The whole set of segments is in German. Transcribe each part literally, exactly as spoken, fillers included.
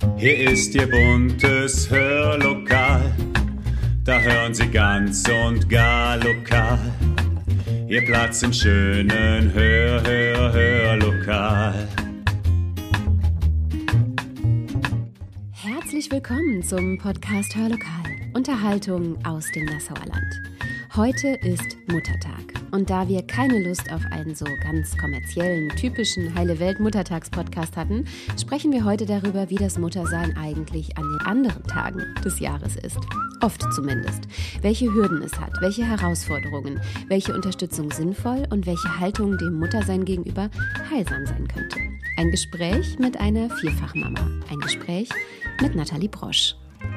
Hier ist Ihr buntes Hörlokal, da hören Sie ganz und gar lokal. Ihr Platz im schönen Hör, Hör, Hörlokal. Herzlich willkommen zum Podcast Hörlokal, Unterhaltung aus dem Nassauer Land. Heute ist Muttertag und da wir keine Lust auf einen so ganz kommerziellen, typischen Heile-Welt-Muttertags-Podcast hatten, sprechen wir heute darüber, wie das Muttersein eigentlich an den anderen Tagen des Jahres ist. Oft zumindest. Welche Hürden es hat, welche Herausforderungen, welche Unterstützung sinnvoll und welche Haltung dem Muttersein gegenüber heilsam sein könnte. Ein Gespräch mit einer Vierfachmama. Ein Gespräch mit Nathalie Brosch.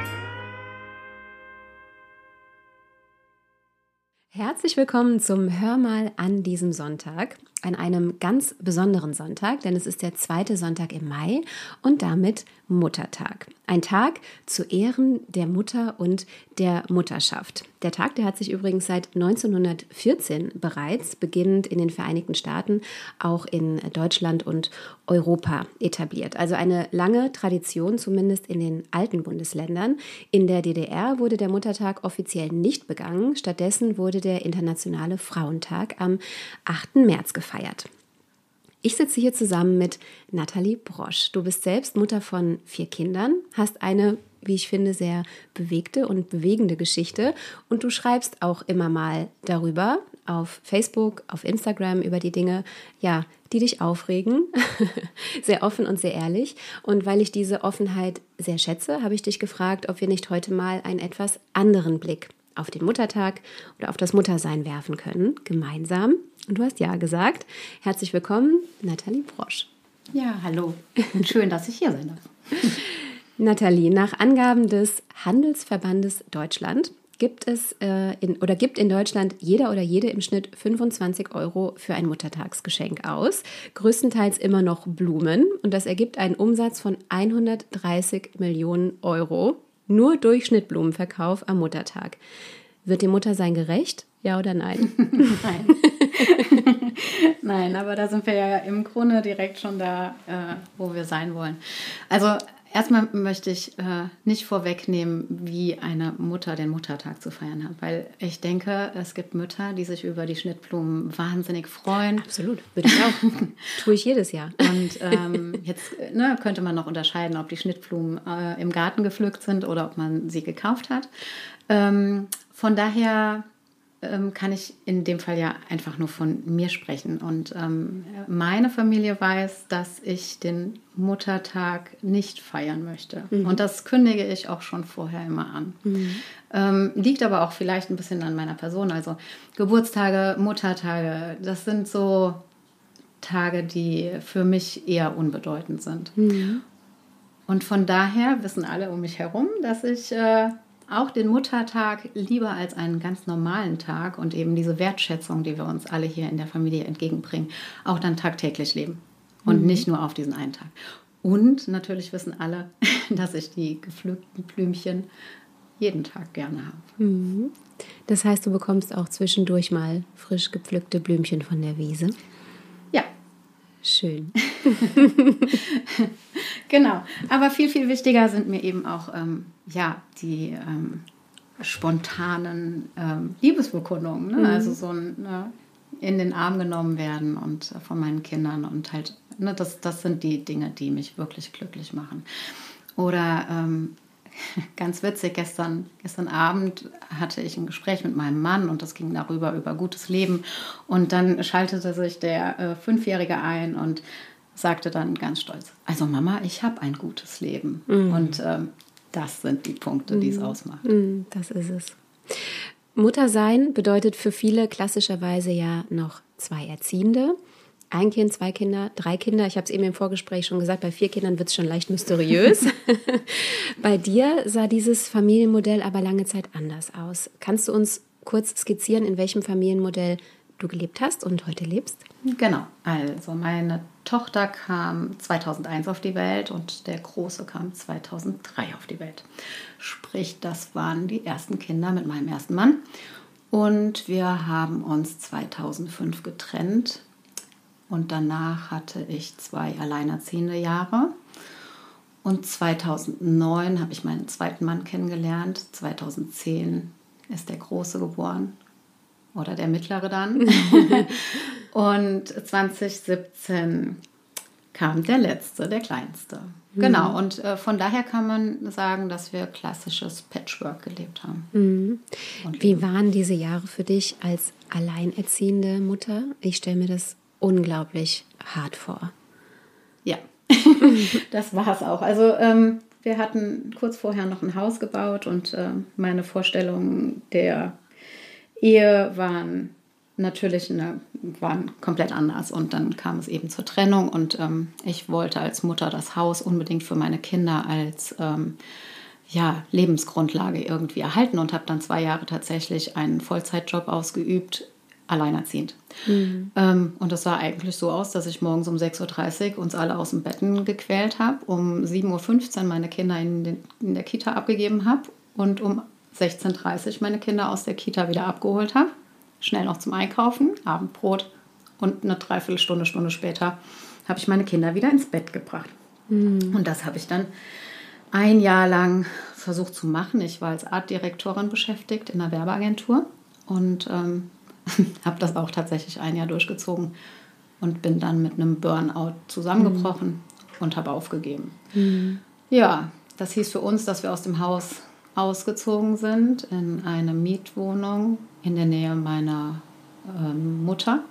Herzlich willkommen zum Hör mal an diesem Sonntag, an einem ganz besonderen Sonntag, denn es ist der zweite Sonntag im Mai und damit Muttertag. Ein Tag zu Ehren der Mutter und der Mutterschaft. Der Tag, der hat sich übrigens seit neunzehnhundertvierzehn bereits, beginnend in den Vereinigten Staaten, auch in Deutschland und Europa etabliert. Also eine lange Tradition, zumindest in den alten Bundesländern. In der D D R wurde der Muttertag offiziell nicht begangen. Stattdessen wurde der Internationale Frauentag am achten März gefeiert. Ich sitze hier zusammen mit Nathalie Brosch. Du bist selbst Mutter von vier Kindern, hast eine, wie ich finde, sehr bewegte und bewegende Geschichte und du schreibst auch immer mal darüber auf Facebook, auf Instagram über die Dinge, ja, die dich aufregen, sehr offen und sehr ehrlich. Und weil ich diese Offenheit sehr schätze, habe ich dich gefragt, ob wir nicht heute mal einen etwas anderen Blick auf den Muttertag oder auf das Muttersein werfen können, gemeinsam. Und du hast ja gesagt. Herzlich willkommen, Nathalie Brosch. Ja, hallo. Und schön, dass ich hier sein darf. Nathalie, nach Angaben des Handelsverbandes Deutschland gibt es äh, in, oder gibt in Deutschland jeder oder jede im Schnitt fünfundzwanzig Euro für ein Muttertagsgeschenk aus. Größtenteils immer noch Blumen. Und das ergibt einen Umsatz von hundertdreißig Millionen Euro. Nur durch Schnittblumenverkauf am Muttertag. Wird dem Muttersein gerecht? Ja oder nein? Nein. Nein, aber da sind wir ja im Grunde direkt schon da, äh, wo wir sein wollen. Also erstmal möchte ich äh, nicht vorwegnehmen, wie eine Mutter den Muttertag zu feiern hat, weil ich denke, es gibt Mütter, die sich über die Schnittblumen wahnsinnig freuen. Absolut, würde ich auch. Tue ich jedes Jahr. Und ähm, jetzt ne, könnte man noch unterscheiden, ob die Schnittblumen äh, im Garten gepflückt sind oder ob man sie gekauft hat. Ähm, von daher kann ich in dem Fall ja einfach nur von mir sprechen. Und ähm, meine Familie weiß, dass ich den Muttertag nicht feiern möchte. Mhm. Und das kündige ich auch schon vorher immer an. Mhm. Ähm, liegt aber auch vielleicht ein bisschen an meiner Person. Also Geburtstage, Muttertage, das sind so Tage, die für mich eher unbedeutend sind. Mhm. Und von daher wissen alle um mich herum, dass ich Äh, auch den Muttertag lieber als einen ganz normalen Tag und eben diese Wertschätzung, die wir uns alle hier in der Familie entgegenbringen, auch dann tagtäglich leben und mhm. nicht nur auf diesen einen Tag. Und natürlich wissen alle, dass ich die gepflückten Blümchen jeden Tag gerne habe. Mhm. Das heißt, du bekommst auch zwischendurch mal frisch gepflückte Blümchen von der Wiese? Ja. Schön. Genau, aber viel, viel wichtiger sind mir eben auch ähm, ja, die ähm, spontanen ähm, Liebesbekundungen. Ne? Mhm. Also so ein ne, in den Arm genommen werden und äh, von meinen Kindern und halt, ne, das, das sind die Dinge, die mich wirklich glücklich machen. Oder ähm, ganz witzig, gestern, gestern Abend hatte ich ein Gespräch mit meinem Mann und das ging darüber, über gutes Leben. Und dann schaltete sich der äh, Fünfjährige ein und sagte dann ganz stolz, also Mama, ich habe ein gutes Leben. Mhm. Und ähm, das sind die Punkte, die es mhm. ausmacht. Mhm, das ist es. Muttersein bedeutet für viele klassischerweise ja noch zwei Erziehende. Ein Kind, zwei Kinder, drei Kinder. Ich habe es eben im Vorgespräch schon gesagt, bei vier Kindern wird es schon leicht mysteriös. Bei dir sah dieses Familienmodell aber lange Zeit anders aus. Kannst du uns kurz skizzieren, in welchem Familienmodell du gelebt hast und heute lebst? Genau, also meine Tochter kam zweitausendeins auf die Welt und der Große kam zweitausenddrei auf die Welt. Sprich, das waren die ersten Kinder mit meinem ersten Mann. Und wir haben uns zweitausendfünf getrennt und danach hatte ich zwei alleinerziehende Jahre. und zweitausendneun habe ich meinen zweiten Mann kennengelernt. zweitausendzehn ist der Große geboren. Oder der Mittlere dann. Und zwanzig siebzehn kam der Letzte, der Kleinste. Mhm. Genau, und äh, von daher kann man sagen, dass wir klassisches Patchwork gelebt haben. Mhm. Wie waren diese Jahre für dich als alleinerziehende Mutter? Ich stelle mir das unglaublich hart vor. Ja, das war es auch. Also ähm, wir hatten kurz vorher noch ein Haus gebaut und äh, meine Vorstellungen der Ehe waren natürlich eine, waren komplett anders und dann kam es eben zur Trennung und ähm, ich wollte als Mutter das Haus unbedingt für meine Kinder als ähm, ja, Lebensgrundlage irgendwie erhalten und habe dann zwei Jahre tatsächlich einen Vollzeitjob ausgeübt, alleinerziehend. Mhm. Ähm, und das sah eigentlich so aus, dass ich morgens um sechs Uhr dreißig uns alle aus dem Betten gequält habe, um sieben Uhr fünfzehn meine Kinder in, den, in der Kita abgegeben habe und um sechzehn Uhr dreißig meine Kinder aus der Kita wieder abgeholt habe. Schnell noch zum Einkaufen, Abendbrot und eine Dreiviertelstunde, Stunde später habe ich meine Kinder wieder ins Bett gebracht. Mhm. Und das habe ich dann ein Jahr lang versucht zu machen. Ich war als Artdirektorin beschäftigt in einer Werbeagentur und ähm, habe das auch tatsächlich ein Jahr durchgezogen und bin dann mit einem Burnout zusammengebrochen mhm. und habe aufgegeben. Mhm. Ja, das hieß für uns, dass wir aus dem Haus ausgezogen sind in eine Mietwohnung in der Nähe meiner ähm, Mutter.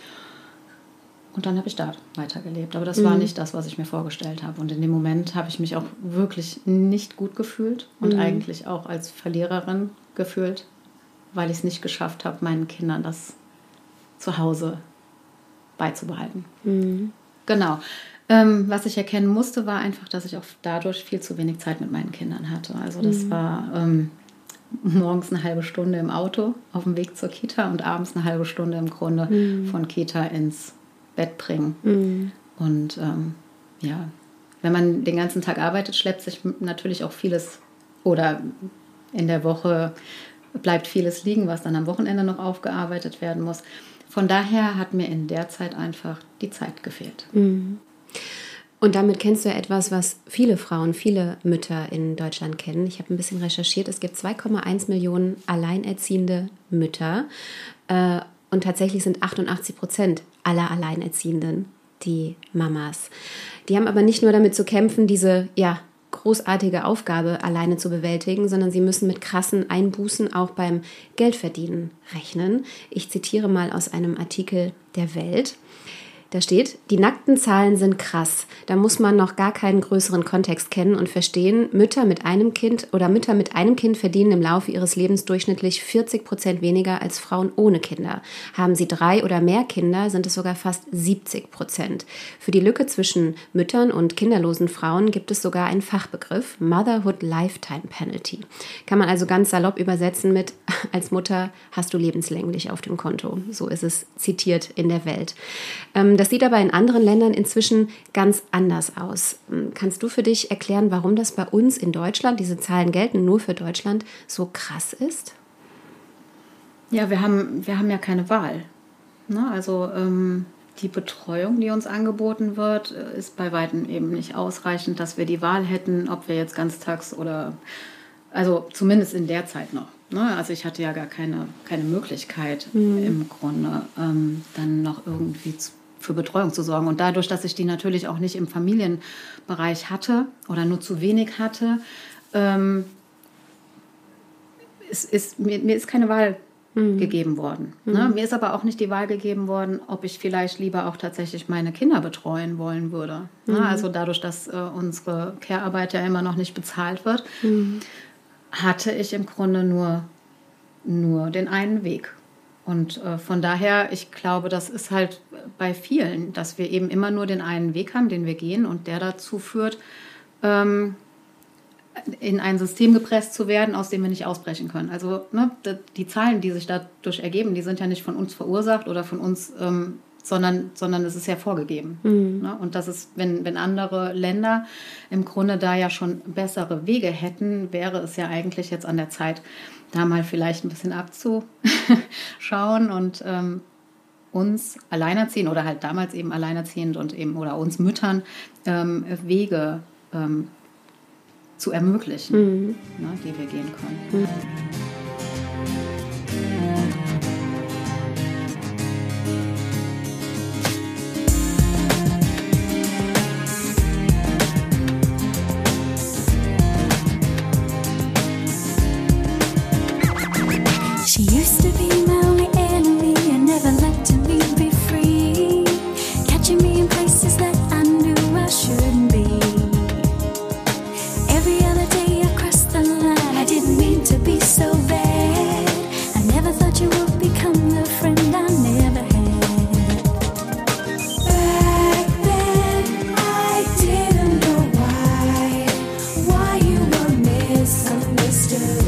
Und dann habe ich da weitergelebt. Aber das mhm. war nicht das, was ich mir vorgestellt habe. Und in dem Moment habe ich mich auch wirklich nicht gut gefühlt und mhm. eigentlich auch als Verliererin gefühlt, weil ich es nicht geschafft habe, meinen Kindern das zu Hause beizubehalten. Mhm. Genau. Ähm, was ich erkennen musste, war einfach, dass ich auch dadurch viel zu wenig Zeit mit meinen Kindern hatte. Also das mhm. war ähm, morgens eine halbe Stunde im Auto auf dem Weg zur Kita und abends eine halbe Stunde im Grunde mhm. von Kita ins Bett bringen. Mhm. Und ähm, ja, wenn man den ganzen Tag arbeitet, schleppt sich natürlich auch vieles oder in der Woche bleibt vieles liegen, was dann am Wochenende noch aufgearbeitet werden muss. Von daher hat mir in der Zeit einfach die Zeit gefehlt. Mhm. Und damit kennst du ja etwas, was viele Frauen, viele Mütter in Deutschland kennen. Ich habe ein bisschen recherchiert. Es gibt zwei Komma eins Millionen alleinerziehende Mütter. Äh, und tatsächlich sind achtundachtzig Prozent aller Alleinerziehenden die Mamas. Die haben aber nicht nur damit zu kämpfen, diese ja, großartige Aufgabe alleine zu bewältigen, sondern sie müssen mit krassen Einbußen auch beim Geldverdienen rechnen. Ich zitiere mal aus einem Artikel der Welt. Da steht, die nackten Zahlen sind krass. Da muss man noch gar keinen größeren Kontext kennen und verstehen, Mütter mit einem Kind oder Mütter mit einem Kind verdienen im Laufe ihres Lebens durchschnittlich vierzig Prozent weniger als Frauen ohne Kinder. Haben sie drei oder mehr Kinder, sind es sogar fast siebzig Prozent. Für die Lücke zwischen Müttern und kinderlosen Frauen gibt es sogar einen Fachbegriff, Motherhood Lifetime Penalty. Kann man also ganz salopp übersetzen mit, als Mutter hast du lebenslänglich auf dem Konto. So ist es zitiert in der Welt. Ähm, Das sieht aber in anderen Ländern inzwischen ganz anders aus. Kannst du für dich erklären, warum das bei uns in Deutschland, diese Zahlen gelten nur für Deutschland, so krass ist? Ja, wir haben, wir haben ja keine Wahl. Ne? Also ähm, die Betreuung, die uns angeboten wird, ist bei weitem eben nicht ausreichend, dass wir die Wahl hätten, ob wir jetzt ganztags oder, also zumindest in der Zeit noch. Ne? Also ich hatte ja gar keine, keine Möglichkeit mhm. im Grunde, ähm, dann noch irgendwie zu für Betreuung zu sorgen. Und dadurch, dass ich die natürlich auch nicht im Familienbereich hatte oder nur zu wenig hatte, ähm, ist, ist, mir, mir ist keine Wahl mhm. gegeben worden. Mhm. Ne? Mir ist aber auch nicht die Wahl gegeben worden, ob ich vielleicht lieber auch tatsächlich meine Kinder betreuen wollen würde. Mhm. Ne? Also dadurch, dass äh, unsere Care-Arbeit ja immer noch nicht bezahlt wird, mhm. hatte ich im Grunde nur, nur den einen Weg. Und äh, von daher, ich glaube, das ist halt bei vielen, dass wir eben immer nur den einen Weg haben, den wir gehen und der dazu führt, ähm, in ein System gepresst zu werden, aus dem wir nicht ausbrechen können. Also ne, die Zahlen, die sich dadurch ergeben, die sind ja nicht von uns verursacht oder von uns, ähm, sondern, sondern es ist ja vorgegeben. Mhm. Ne? Und das ist, wenn, wenn andere Länder im Grunde da ja schon bessere Wege hätten, wäre es ja eigentlich jetzt an der Zeit, da mal vielleicht ein bisschen abzuschauen und ähm, uns alleinerziehend oder halt damals eben alleinerziehend und eben oder uns Müttern ähm, Wege ähm, zu ermöglichen, mhm. ne, die wir gehen können. Mhm. She used to be my only enemy and never letting me be free, catching me in places that I knew I shouldn't be. Every other day I crossed the line, I didn't mean to be so bad. I never thought you would become the friend I never had. Back then I didn't know why, why you were misunderstood.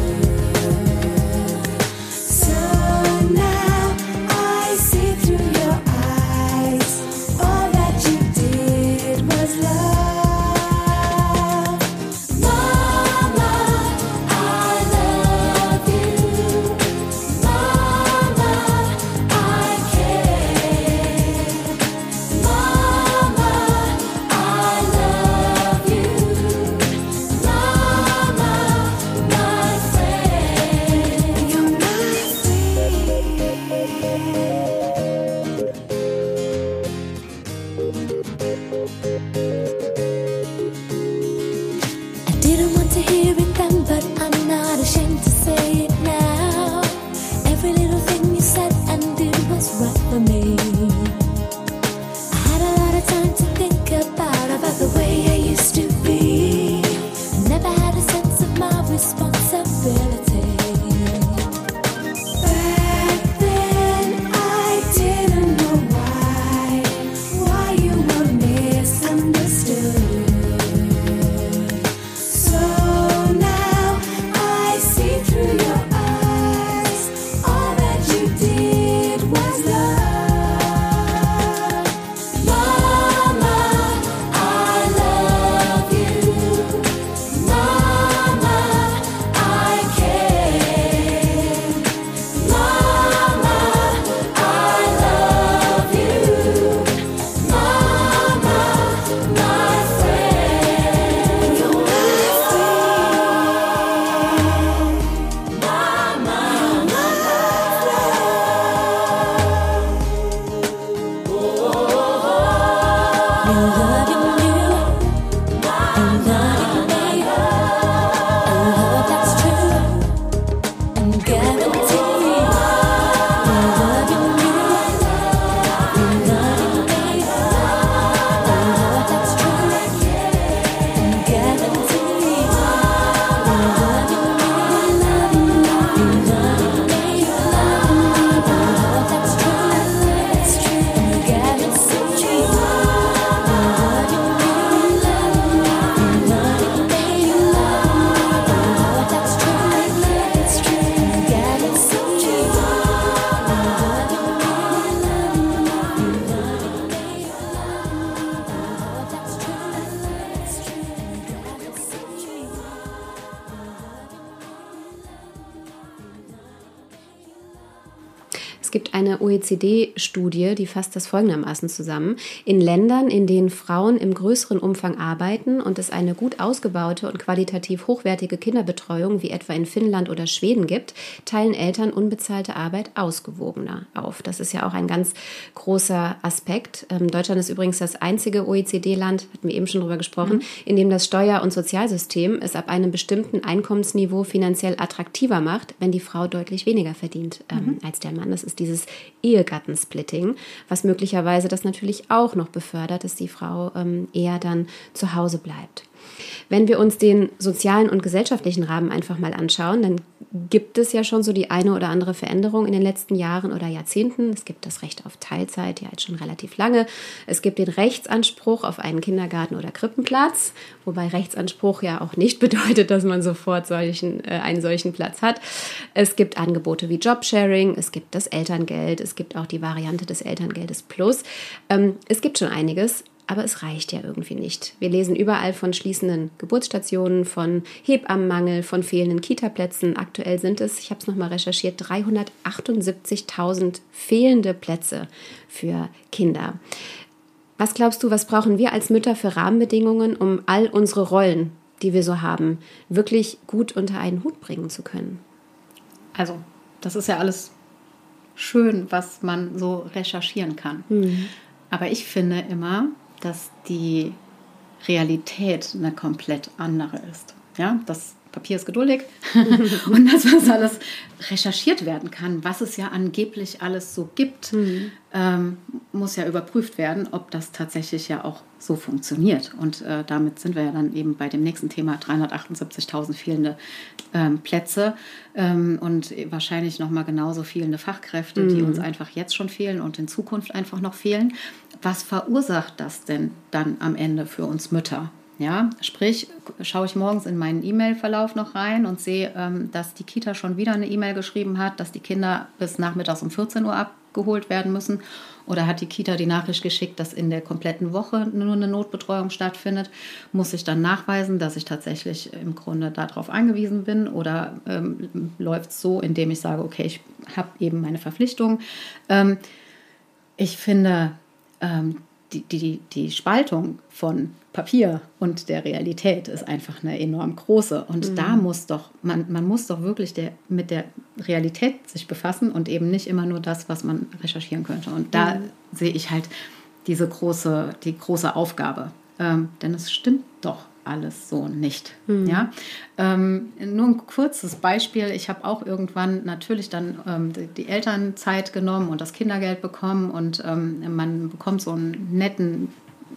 Es gibt eine O E C D-Studie, die fasst das folgendermaßen zusammen. In Ländern, in denen Frauen im größeren Umfang arbeiten und es eine gut ausgebaute und qualitativ hochwertige Kinderbetreuung wie etwa in Finnland oder Schweden gibt, teilen Eltern unbezahlte Arbeit ausgewogener auf. Das ist ja auch ein ganz großer Aspekt. Ähm, Deutschland ist übrigens das einzige O E C D-Land, hatten wir eben schon drüber gesprochen, mhm. in dem das Steuer- und Sozialsystem es ab einem bestimmten Einkommensniveau finanziell attraktiver macht, wenn die Frau deutlich weniger verdient ähm, mhm. als der Mann. Das ist dieses Ehegattensplitting, was möglicherweise das natürlich auch noch befördert, dass die Frau ähm, eher dann zu Hause bleibt. Wenn wir uns den sozialen und gesellschaftlichen Rahmen einfach mal anschauen, dann gibt es ja schon so die eine oder andere Veränderung in den letzten Jahren oder Jahrzehnten. Es gibt das Recht auf Teilzeit, ja jetzt schon relativ lange. Es gibt den Rechtsanspruch auf einen Kindergarten- oder Krippenplatz, wobei Rechtsanspruch ja auch nicht bedeutet, dass man sofort solchen, äh, einen solchen Platz hat. Es gibt Angebote wie Jobsharing, es gibt das Elterngeld, es gibt auch die Variante des Elterngeldes Plus. Ähm, es gibt schon einiges. Aber es reicht ja irgendwie nicht. Wir lesen überall von schließenden Geburtsstationen, von Hebammenmangel, von fehlenden Kitaplätzen. Aktuell sind es, ich habe es nochmal recherchiert, dreihundertachtundsiebzigtausend fehlende Plätze für Kinder. Was glaubst du, was brauchen wir als Mütter für Rahmenbedingungen, um all unsere Rollen die wir so haben, wirklich gut unter einen Hut bringen zu können? Also, das ist ja alles schön, was man so recherchieren kann. Mhm. Aber ich finde immer, dass die Realität eine komplett andere ist. Ja, das Papier ist geduldig und das, was alles recherchiert werden kann, was es ja angeblich alles so gibt, mhm. ähm, muss ja überprüft werden, ob das tatsächlich ja auch so funktioniert. Und äh, damit sind wir ja dann eben bei dem nächsten Thema, dreihundertachtundsiebzigtausend fehlende ähm, Plätze ähm, und wahrscheinlich nochmal genauso fehlende Fachkräfte, mhm. die uns einfach jetzt schon fehlen und in Zukunft einfach noch fehlen. Was verursacht das denn dann am Ende für uns Mütter? Ja, sprich, schaue ich morgens in meinen E-Mail-Verlauf noch rein und sehe, ähm, dass die Kita schon wieder eine E-Mail geschrieben hat, dass die Kinder bis nachmittags um vierzehn Uhr abgeholt werden müssen. Oder hat die Kita die Nachricht geschickt, dass in der kompletten Woche nur eine Notbetreuung stattfindet? Muss ich dann nachweisen, dass ich tatsächlich im Grunde darauf angewiesen bin? Oder ähm, läuft es so, indem ich sage, okay, ich habe eben meine Verpflichtung? Ähm, ich finde, ähm, die, die, die Spaltung von Papier und der Realität ist einfach eine enorm große. Und mhm. da muss doch, man, man muss doch wirklich der, mit der Realität sich befassen und eben nicht immer nur das, was man recherchieren könnte. Und da mhm. sehe ich halt diese große, die große Aufgabe. Ähm, denn es stimmt doch alles so nicht. Mhm. Ja? Ähm, nur ein kurzes Beispiel. Ich habe auch irgendwann natürlich dann ähm, die, die Elternzeit genommen und das Kindergeld bekommen und ähm, man bekommt so einen netten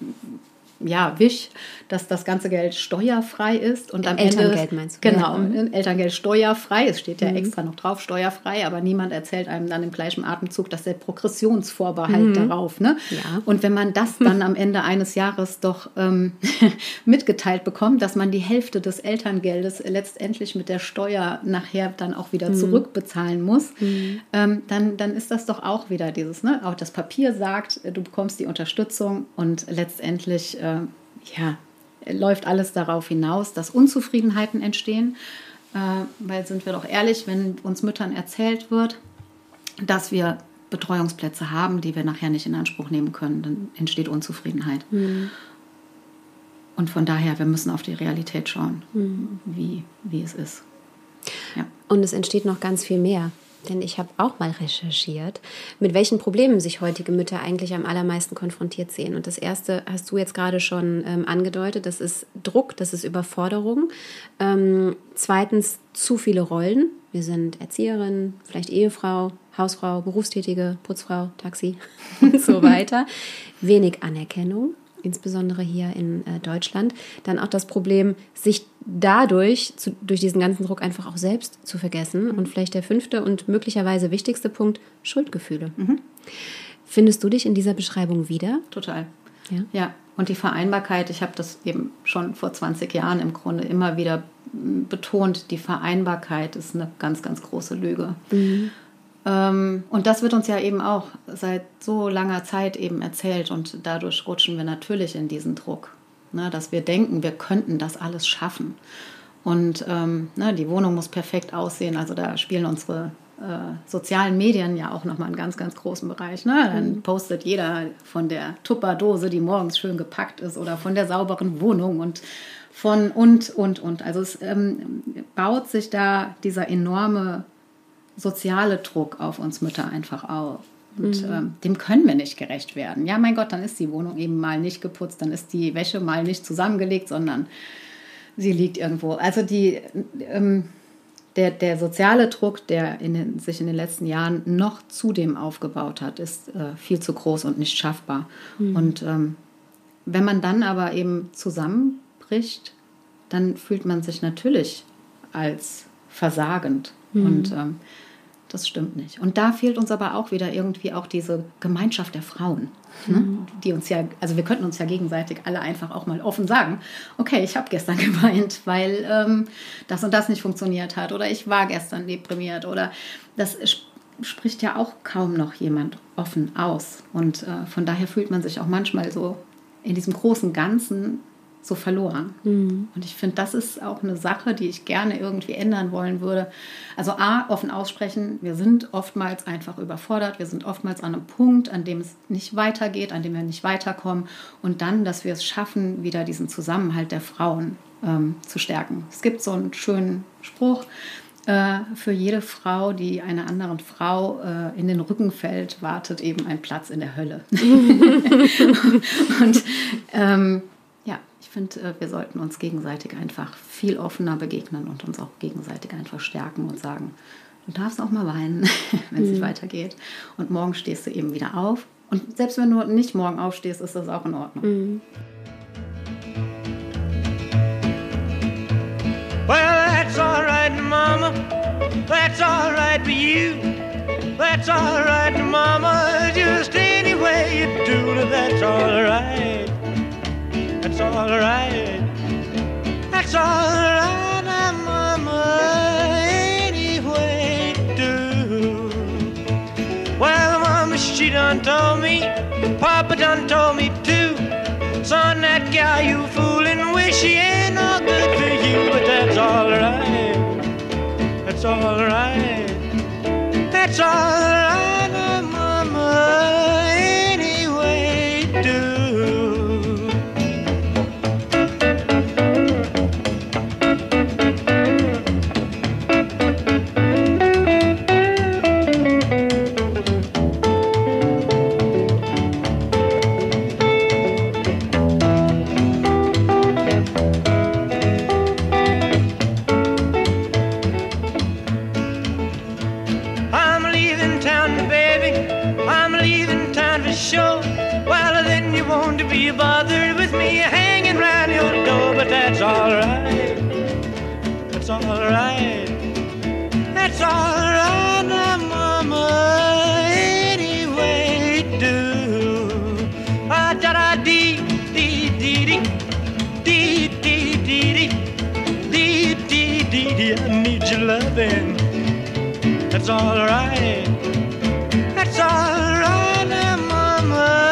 ja, Wisch, dass das ganze Geld steuerfrei ist. Und am Elterngeld Ende, meinst du? Genau, ja. Elterngeld steuerfrei. Es steht ja mhm. extra noch drauf, steuerfrei, aber niemand erzählt einem dann im gleichen Atemzug, dass der Progressionsvorbehalt mhm. darauf. Ne? Ja. Und wenn man das dann am Ende eines Jahres doch ähm, mitgeteilt bekommt, dass man die Hälfte des Elterngeldes letztendlich mit der Steuer nachher dann auch wieder mhm. zurückbezahlen muss, mhm. ähm, dann, dann ist das doch auch wieder dieses, ne? Auch das Papier sagt, du bekommst die Unterstützung und letztendlich äh, ja, läuft alles darauf hinaus, dass Unzufriedenheiten entstehen. Äh, weil, sind wir doch ehrlich, wenn uns Müttern erzählt wird, dass wir Betreuungsplätze haben, die wir nachher nicht in Anspruch nehmen können, dann entsteht Unzufriedenheit. Mhm. Und von daher, wir müssen auf die Realität schauen, mhm. wie, wie es ist. Ja. Und es entsteht noch ganz viel mehr. Denn ich habe auch mal recherchiert, mit welchen Problemen sich heutige Mütter eigentlich am allermeisten konfrontiert sehen. Und das erste hast du jetzt gerade schon ähm, angedeutet, das ist Druck, das ist Überforderung. Ähm, zweitens zu viele Rollen. Wir sind Erzieherin, vielleicht Ehefrau, Hausfrau, Berufstätige, Putzfrau, Taxi und so weiter. Wenig Anerkennung, insbesondere hier in äh, Deutschland. Dann auch das Problem, sich dadurch, zu, durch diesen ganzen Druck einfach auch selbst zu vergessen. Mhm. Und vielleicht der fünfte und möglicherweise wichtigste Punkt, Schuldgefühle. Mhm. Findest du dich in dieser Beschreibung wieder? Total. Ja. Ja. Und die Vereinbarkeit, ich habe das eben schon vor zwanzig Jahren im Grunde immer wieder betont, die Vereinbarkeit ist eine ganz, ganz große Lüge. Mhm. Und das wird uns ja eben auch seit so langer Zeit eben erzählt und dadurch rutschen wir natürlich in diesen Druck, ne, dass wir denken, wir könnten das alles schaffen. Und ähm, ne, die Wohnung muss perfekt aussehen, also da spielen unsere äh, sozialen Medien ja auch nochmal einen ganz, ganz großen Bereich. Ne? Dann postet jeder von der Tupperdose, die morgens schön gepackt ist oder von der sauberen Wohnung und von und, und, und. Also es ähm, baut sich da dieser enorme soziale Druck auf uns Mütter einfach auf. Und mhm. ähm, dem können wir nicht gerecht werden. Ja, mein Gott, dann ist die Wohnung eben mal nicht geputzt, dann ist die Wäsche mal nicht zusammengelegt, sondern sie liegt irgendwo. Also die, ähm, der, der soziale Druck, der in den, sich in den letzten Jahren noch zudem aufgebaut hat, ist äh, viel zu groß und nicht schaffbar. Mhm. Und ähm, wenn man dann aber eben zusammenbricht, dann fühlt man sich natürlich als versagend. Mhm. Und ähm, das stimmt nicht. Und da fehlt uns aber auch wieder irgendwie auch diese Gemeinschaft der Frauen, mhm. ne? Die uns ja, also wir könnten uns ja gegenseitig alle einfach auch mal offen sagen, okay, ich habe gestern geweint, weil ähm, das und das nicht funktioniert hat oder ich war gestern deprimiert oder das sp- spricht ja auch kaum noch jemand offen aus. Und äh, von daher fühlt man sich auch manchmal so in diesem großen Ganzen so verloren. Mhm. Und ich finde, das ist auch eine Sache, die ich gerne irgendwie ändern wollen würde. Also A, offen aussprechen, wir sind oftmals einfach überfordert, wir sind oftmals an einem Punkt, an dem es nicht weitergeht, an dem wir nicht weiterkommen. Und dann, dass wir es schaffen, wieder diesen Zusammenhalt der Frauen ähm, zu stärken. Es gibt so einen schönen Spruch, äh, für jede Frau, die einer anderen Frau äh, in den Rücken fällt, wartet eben ein Platz in der Hölle. Und ähm, ja, ich finde, wir sollten uns gegenseitig einfach viel offener begegnen und uns auch gegenseitig einfach stärken und sagen, du darfst auch mal weinen, wenn es mhm. nicht weitergeht. Und morgen stehst du eben wieder auf. Und selbst wenn du nicht morgen aufstehst, ist das auch in Ordnung. Mhm. Well, that's all right, Mama. That's all right for you. That's all right, Mama. Just any way you do it, that's all right. That's all right. That's all right, Mama. Any way you do. Well, Mama, she done told me. Papa done told me too. Son, that guy you fooling with, she ain't no good for you. But that's all right. That's all right. That's all right, Mama. Any way you do. Bothered with me hanging round your door, but that's all right. That's all right. That's all right, now, Mama. Any way you do. Ah, da da dee dee dee dee dee dee dee dee dee dee dee. I need your loving. That's all right. That's all right, now, Mama.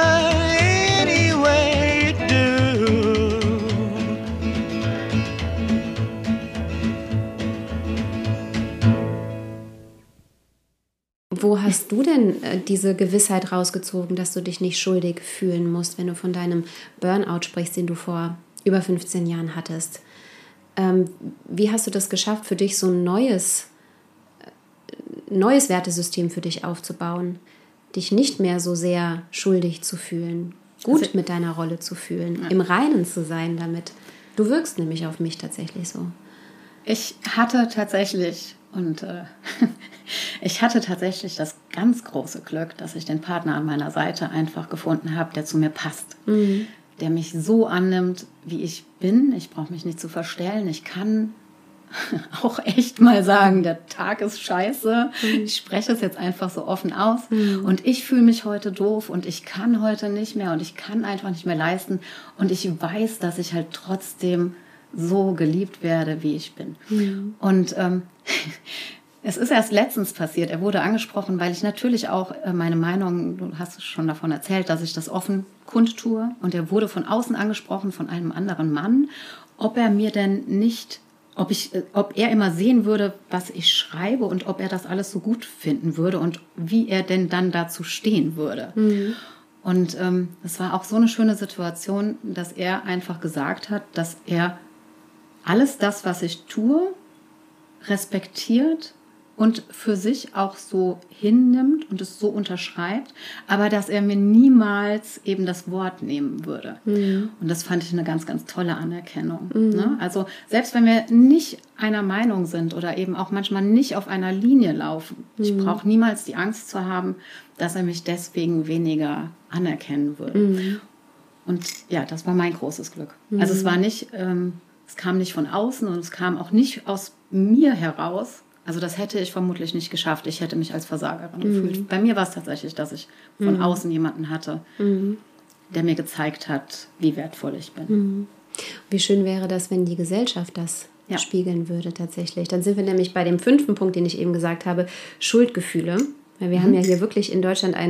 Wo hast du denn äh, diese Gewissheit rausgezogen, dass du dich nicht schuldig fühlen musst, wenn du von deinem Burnout sprichst, den du vor über fünfzehn Jahren hattest? Ähm, wie hast du das geschafft, für dich so ein neues, äh, neues Wertesystem für dich aufzubauen, dich nicht mehr so sehr schuldig zu fühlen, gut also, mit deiner Rolle zu fühlen, ja. im Reinen zu sein damit? Du wirkst nämlich auf mich tatsächlich so. Ich hatte tatsächlich... Und äh, ich hatte tatsächlich das ganz große Glück, dass ich den Partner an meiner Seite einfach gefunden habe, der zu mir passt. Mhm. Der mich so annimmt, wie ich bin. Ich brauche mich nicht zu verstellen. Ich kann auch echt mal sagen, der Tag ist scheiße. Mhm. Ich spreche es jetzt einfach so offen aus. Mhm. Und ich fühle mich heute doof und ich kann heute nicht mehr und ich kann einfach nicht mehr leisten. Und ich weiß, dass ich halt trotzdem so geliebt werde, wie ich bin. Mhm. Und ähm, es ist erst letztens passiert. Er wurde angesprochen, weil ich natürlich auch äh, meine Meinung, du hast schon davon erzählt, dass ich das offen kundtue. Und er wurde von außen angesprochen, von einem anderen Mann, ob er mir denn nicht, ob ich, äh, ob er immer sehen würde, was ich schreibe und ob er das alles so gut finden würde und wie er denn dann dazu stehen würde. Mhm. Und ähm, es war auch so eine schöne Situation, dass er einfach gesagt hat, dass er alles das, was ich tue, respektiert und für sich auch so hinnimmt und es so unterschreibt, aber dass er mir niemals eben das Wort nehmen würde. Mhm. Und das fand ich eine ganz, ganz tolle Anerkennung. Mhm. Ne? Also selbst wenn wir nicht einer Meinung sind oder eben auch manchmal nicht auf einer Linie laufen, mhm. ich brauche niemals die Angst zu haben, dass er mich deswegen weniger anerkennen würde. Mhm. Und ja, das war mein großes Glück. Mhm. Also es war nicht... Ähm, Es kam nicht von außen und es kam auch nicht aus mir heraus. Also das hätte ich vermutlich nicht geschafft. Ich hätte mich als Versagerin mhm. gefühlt. Bei mir war es tatsächlich, dass ich von mhm. außen jemanden hatte, mhm. der mir gezeigt hat, wie wertvoll ich bin. Mhm. Wie schön wäre das, wenn die Gesellschaft das ja. spiegeln würde tatsächlich. Dann sind wir nämlich bei dem fünften Punkt, den ich eben gesagt habe, Schuldgefühle. Weil wir mhm. haben ja hier wirklich in Deutschland ein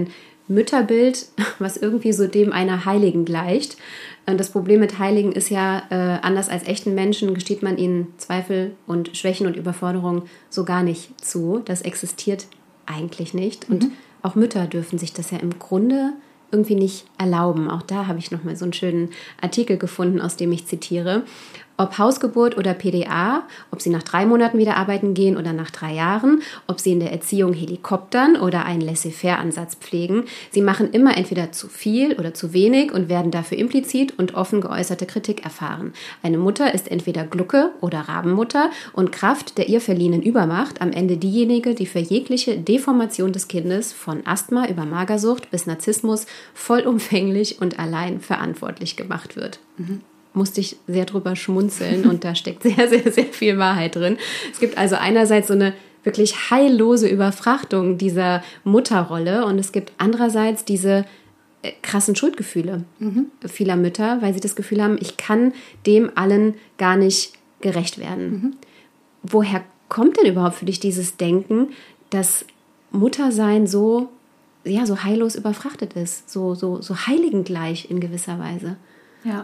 Mütterbild, was irgendwie so dem einer Heiligen gleicht. Das Problem mit Heiligen ist ja, äh, anders als echten Menschen gesteht man ihnen Zweifel und Schwächen und Überforderungen so gar nicht zu. Das existiert eigentlich nicht. Und mhm. auch Mütter dürfen sich das ja im Grunde irgendwie nicht erlauben. Auch da habe ich nochmal so einen schönen Artikel gefunden, aus dem ich zitiere. Ob Hausgeburt oder P D A, ob sie nach drei Monaten wieder arbeiten gehen oder nach drei Jahren, ob sie in der Erziehung helikoptern oder einen Laissez-faire-Ansatz pflegen, sie machen immer entweder zu viel oder zu wenig und werden dafür implizit und offen geäußerte Kritik erfahren. Eine Mutter ist entweder Glucke oder Rabenmutter und Kraft der ihr verliehenen Übermacht am Ende diejenige, die für jegliche Deformation des Kindes von Asthma über Magersucht bis Narzissmus vollumfänglich und allein verantwortlich gemacht wird. Mhm. Musste ich sehr drüber schmunzeln und da steckt sehr, sehr, sehr viel Wahrheit drin. Es gibt also einerseits so eine wirklich heillose Überfrachtung dieser Mutterrolle und es gibt andererseits diese äh, krassen Schuldgefühle mhm. vieler Mütter, weil sie das Gefühl haben, ich kann dem allen gar nicht gerecht werden. Mhm. Woher kommt denn überhaupt für dich dieses Denken, dass Muttersein so, ja, so heillos überfrachtet ist, so, so, so heiligengleich in gewisser Weise? Ja,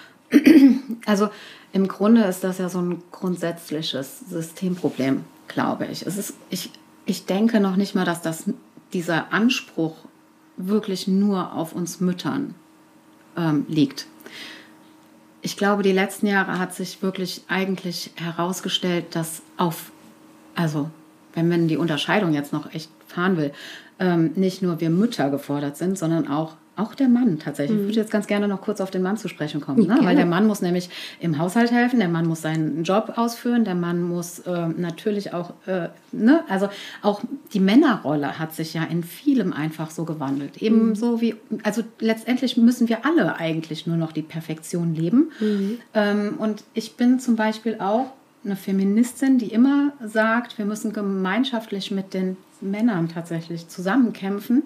also im Grunde ist das ja so ein grundsätzliches Systemproblem, glaube ich. Es ist, ich, ich denke noch nicht mal, dass das, dieser Anspruch wirklich nur auf uns Müttern ähm, liegt. Ich glaube, die letzten Jahre hat sich wirklich eigentlich herausgestellt, dass auf, also wenn man die Unterscheidung jetzt noch echt fahren will, ähm, nicht nur wir Mütter gefordert sind, sondern auch Auch der Mann tatsächlich. Ich würde jetzt ganz gerne noch kurz auf den Mann zu sprechen kommen. Ne? Weil der Mann muss nämlich im Haushalt helfen, der Mann muss seinen Job ausführen, der Mann muss äh, natürlich auch, äh, ne? also auch die Männerrolle hat sich ja in vielem einfach so gewandelt. Eben mhm. so wie, also letztendlich müssen wir alle eigentlich nur noch die Perfektion leben. Mhm. Ähm, und ich bin zum Beispiel auch eine Feministin, die immer sagt, wir müssen gemeinschaftlich mit den Männern tatsächlich zusammenkämpfen,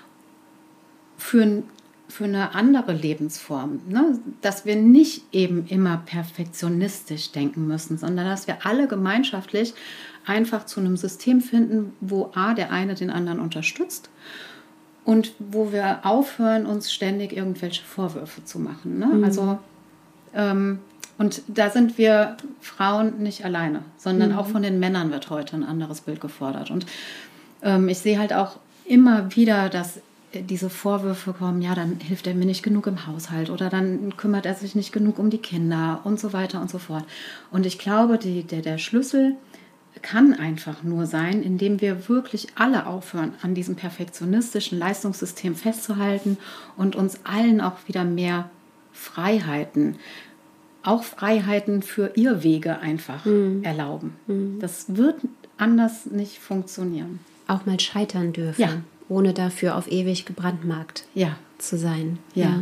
Für, für eine andere Lebensform, ne? Dass wir nicht eben immer perfektionistisch denken müssen, sondern dass wir alle gemeinschaftlich einfach zu einem System finden, wo A, der eine den anderen unterstützt und wo wir aufhören, uns ständig irgendwelche Vorwürfe zu machen. Ne? Mhm. Also, ähm, und da sind wir Frauen nicht alleine, sondern mhm. auch von den Männern wird heute ein anderes Bild gefordert. Und ähm, ich sehe halt auch immer wieder, dass diese Vorwürfe kommen, ja, dann hilft er mir nicht genug im Haushalt oder dann kümmert er sich nicht genug um die Kinder und so weiter und so fort. Und ich glaube, die, der, der Schlüssel kann einfach nur sein, indem wir wirklich alle aufhören, an diesem perfektionistischen Leistungssystem festzuhalten und uns allen auch wieder mehr Freiheiten, auch Freiheiten für Irrwege einfach mhm. erlauben. Mhm. Das wird anders nicht funktionieren. Auch mal scheitern dürfen. Ja. Ohne dafür auf ewig gebrandmarkt ja. zu sein. Ja. ja.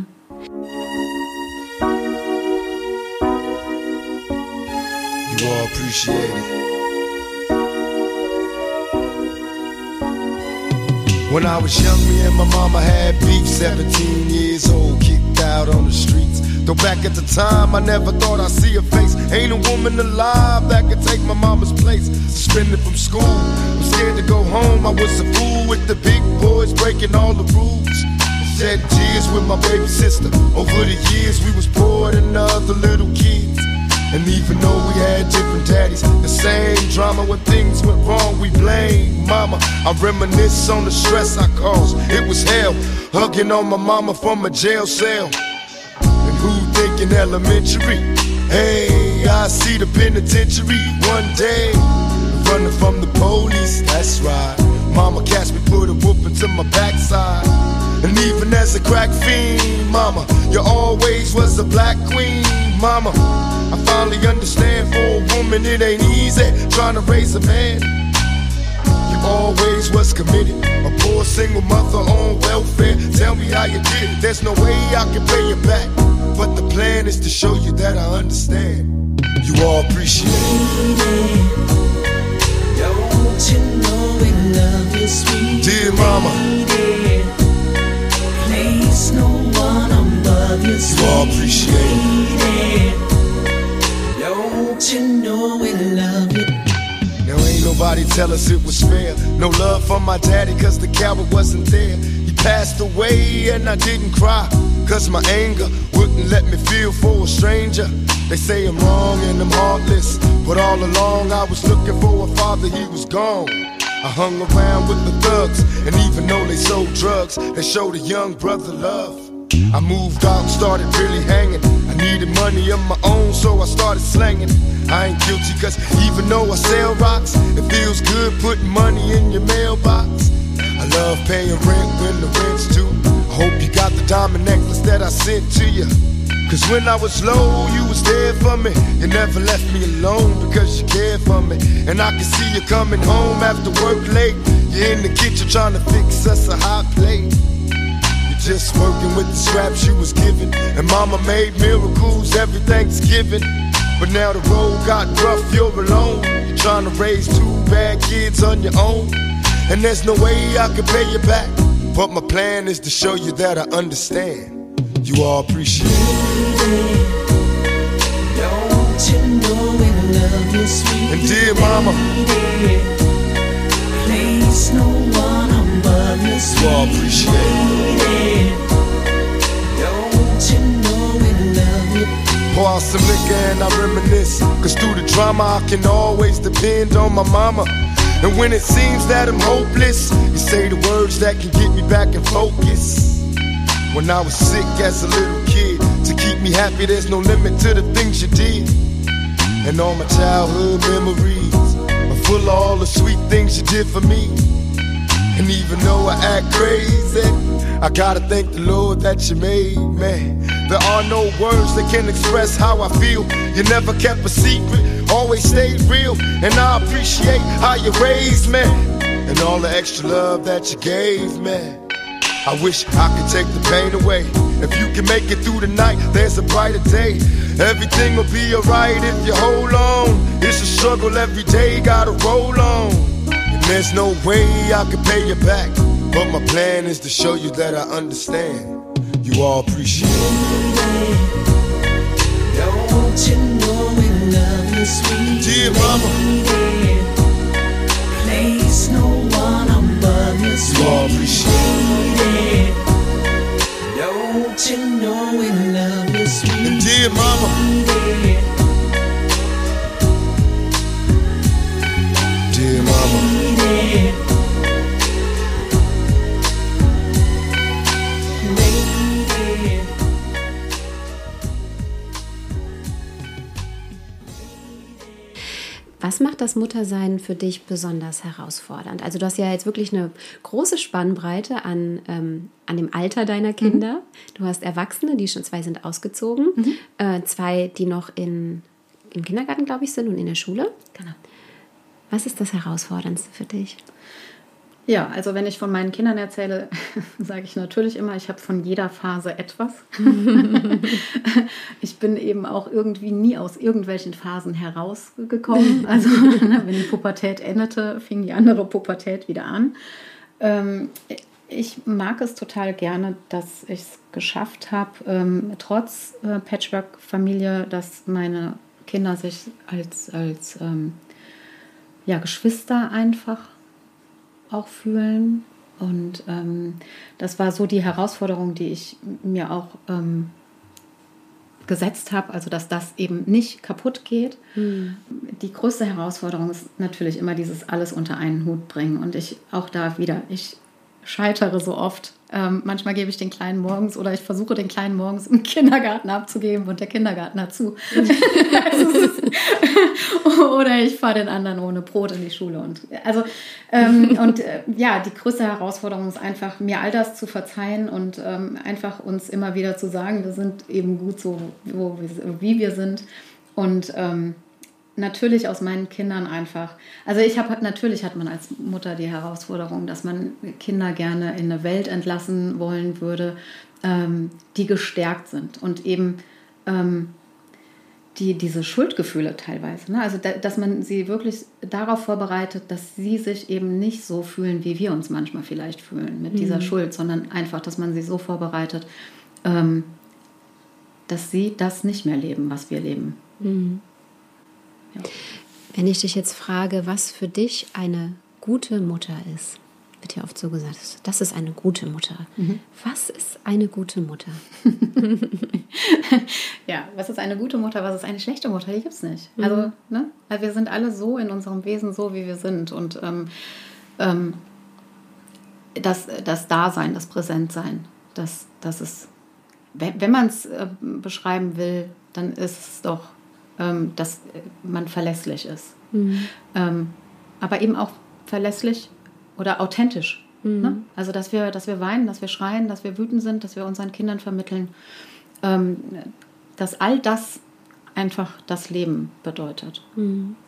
You all appreciate it. When I was young, me and my mama had beef, seventeen years old, kicked out on the streets. Though back at the time, I never thought I'd see her face. Ain't a woman alive that could take my mama's place. Suspended from school, I'm scared to go home. I was a fool with the big boys, breaking all the rules. Shed tears with my baby sister. Over the years, we was poor than other little kids. And even though we had different daddies, the same drama when things went wrong, we blame mama. I reminisce on the stress I caused. It was hell, hugging on my mama from a jail cell. Who thinking elementary? Hey, I see the penitentiary one day. Running from the police, that's right. Mama catch me, put a whooping to my backside. And even as a crack fiend, mama, you always was a black queen, mama. I finally understand for a woman it ain't easy trying to raise a man. You always was committed, a poor single mother on welfare. Tell me how you did it, there's no way I can pay you back. But the plan is to show you that I understand. You all appreciate it. Don't you know we love you, sweet dear mama. Lady. Place no one above you, sweet you all appreciate it. Don't you know we love you. Now ain't nobody tell us it was fair. No love from my daddy cause the coward wasn't there. He passed away and I didn't cry, cause my anger wouldn't let me feel for a stranger. They say I'm wrong and I'm heartless, but all along I was looking for a father, he was gone. I hung around with the thugs, and even though they sold drugs, they showed a young brother love. I moved out and started really hanging. I needed money of my own, so I started slanging. I ain't guilty, cause even though I sell rocks, it feels good putting money in your mailbox. I love paying rent when the rent's due. I hope you got the diamond necklace that I sent to you, cause when I was low, you was there for me. You never left me alone because you cared for me. And I can see you coming home after work late. You're in the kitchen trying to fix us a hot plate. You're just working with the scraps you was given, and mama made miracles every Thanksgiving. But now the road got rough, you're alone. You're trying to raise two bad kids on your own, and there's no way I can pay you back. But my plan is to show you that I understand. You all appreciate it. Don't you know we love you, sweet And dear mama, place no one above you, sweet you all appreciate it. Don't you know we love you? Pour out some liquor and I reminisce, cause through the drama I can always depend on my mama. And when it seems that I'm hopeless, you say the words that can get me back in focus. When I was sick as a little kid, to keep me happy there's no limit to the things you did. And all my childhood memories are full of all the sweet things you did for me. And even though I act crazy, I gotta thank the Lord that you made me. There are no words that can express how I feel. You never kept a secret, always stayed real. And I appreciate how you raised me, and all the extra love that you gave me. I wish I could take the pain away. If you can make it through the night, there's a brighter day. Everything will be alright if you hold on. It's a struggle every day, gotta roll on. And there's no way I can pay you back, but my plan is to show you that I understand. You all appreciate it. Don't you know we love you, sweet Dear mama, place no one above you, sweet you all appreciate it. Don't you know we love you, sweet And dear mama, dear mama, Was macht das Muttersein für dich besonders herausfordernd? Also du hast ja jetzt wirklich eine große Spannbreite an, ähm, an dem Alter deiner Kinder. Mhm. Du hast Erwachsene, die schon zwei sind ausgezogen, mhm. äh, zwei, die noch in, im Kindergarten, glaube ich, sind und in der Schule. Genau. Was ist das Herausforderndste für dich? Ja, also wenn ich von meinen Kindern erzähle, sage ich natürlich immer, ich habe von jeder Phase etwas. Ich bin eben auch irgendwie nie aus irgendwelchen Phasen herausgekommen. Also wenn die Pubertät endete, fing die andere Pubertät wieder an. Ähm, ich mag es total gerne, dass ich es geschafft habe, ähm, trotz äh, Patchwork-Familie, dass meine Kinder sich als, als ähm, ja, Geschwister einfach auch fühlen. Und ähm, das war so die Herausforderung, die ich mir auch ähm, gesetzt habe, also dass das eben nicht kaputt geht. Mhm. Die größte Herausforderung ist natürlich immer dieses alles unter einen Hut bringen. Und ich auch da wieder, ich scheitere so oft. Ähm, manchmal gebe ich den Kleinen morgens oder ich versuche den Kleinen morgens im Kindergarten abzugeben und der Kindergarten hat zu. Oder ich fahre den anderen ohne Brot in die Schule. Und, also, ähm, und äh, ja, die größte Herausforderung ist einfach, mir all das zu verzeihen und ähm, einfach uns immer wieder zu sagen, wir sind eben gut so, wo wir, wie wir sind. Und ähm, natürlich aus meinen Kindern einfach, also ich habe, natürlich hat man als Mutter die Herausforderung, dass man Kinder gerne in eine Welt entlassen wollen würde, ähm, die gestärkt sind und eben ähm, die, diese Schuldgefühle teilweise, ne? Also da, dass man sie wirklich darauf vorbereitet, dass sie sich eben nicht so fühlen, wie wir uns manchmal vielleicht fühlen mit mhm. dieser Schuld, sondern einfach, dass man sie so vorbereitet, ähm, dass sie das nicht mehr leben, was wir leben. Mhm. Ja. Wenn ich dich jetzt frage, was für dich eine gute Mutter ist, wird ja oft so gesagt, das ist eine gute Mutter. Mhm. Was ist eine gute Mutter? Ja, was ist eine gute Mutter, was ist eine schlechte Mutter? Die gibt es nicht. Mhm. Also, ne? Weil wir sind alle so in unserem Wesen, so wie wir sind. Und ähm, ähm, das, das Dasein, das Präsentsein, das, das ist, wenn, wenn man es äh, beschreiben will, dann ist es doch, ähm, dass man verlässlich ist. Mhm. Ähm, aber eben auch verlässlich oder authentisch. Mhm. Ne? Also, dass wir, dass wir weinen, dass wir schreien, dass wir wütend sind, dass wir unseren Kindern vermitteln, ähm, dass all das einfach das Leben bedeutet. Mhm.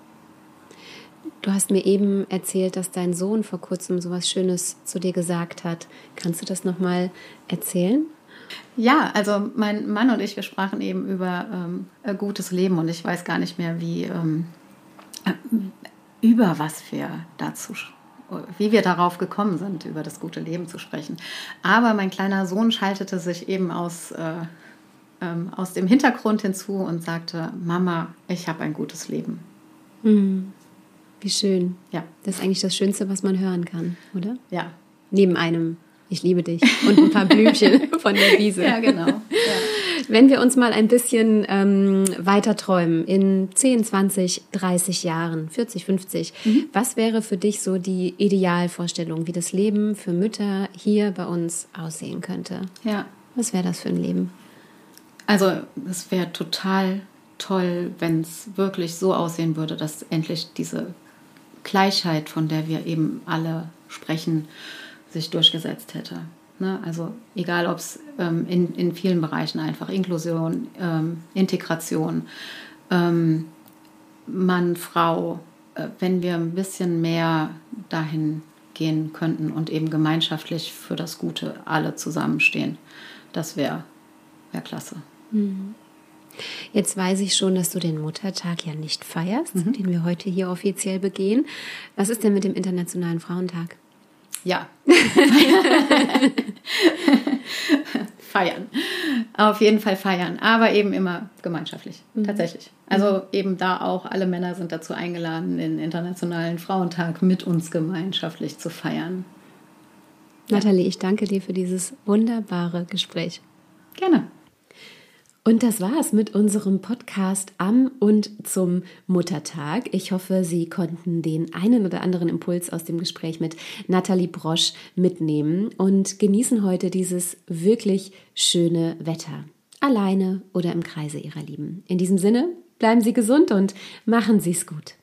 Du hast mir eben erzählt, dass dein Sohn vor kurzem so was Schönes zu dir gesagt hat. Kannst du das nochmal erzählen? Ja, also mein Mann und ich, wir sprachen eben über ähm, ein gutes Leben und ich weiß gar nicht mehr, wie ähm, äh, über was wir dazu, wie wir darauf gekommen sind, über das gute Leben zu sprechen. Aber mein kleiner Sohn schaltete sich eben aus, äh, ähm, aus dem Hintergrund hinzu und sagte, Mama, ich habe ein gutes Leben. Mhm. Wie schön. Ja. Das ist eigentlich das Schönste, was man hören kann, oder? Ja. Neben einem Ich liebe dich und ein paar Blümchen von der Wiese. Ja, genau. Ja. Wenn wir uns mal ein bisschen ähm, weiter träumen, in zehn, zwanzig, dreißig Jahren, vierzig, fünfzig, mhm. was wäre für dich so die Idealvorstellung, wie das Leben für Mütter hier bei uns aussehen könnte? Ja. Was wäre das für ein Leben? Also es wäre total toll, wenn es wirklich so aussehen würde, dass endlich diese Gleichheit, von der wir eben alle sprechen, sich durchgesetzt hätte. Ne? Also egal, ob es ähm, in, in vielen Bereichen einfach Inklusion, ähm, Integration, ähm, Mann, Frau, äh, wenn wir ein bisschen mehr dahin gehen könnten und eben gemeinschaftlich für das Gute alle zusammenstehen, das wäre wär klasse. Mhm. Jetzt weiß ich schon, dass du den Muttertag ja nicht feierst, mhm. den wir heute hier offiziell begehen. Was ist denn mit dem Internationalen Frauentag? Ja. Feiern. Auf jeden Fall feiern. Aber eben immer gemeinschaftlich. Mhm. Tatsächlich. Also mhm. eben da auch alle Männer sind dazu eingeladen, den Internationalen Frauentag mit uns gemeinschaftlich zu feiern. Nathalie, ich danke dir für dieses wunderbare Gespräch. Gerne. Und das war's mit unserem Podcast am und zum Muttertag. Ich hoffe, Sie konnten den einen oder anderen Impuls aus dem Gespräch mit Nathalie Brosch mitnehmen und genießen heute dieses wirklich schöne Wetter. Alleine oder im Kreise Ihrer Lieben. In diesem Sinne, bleiben Sie gesund und machen Sie es gut.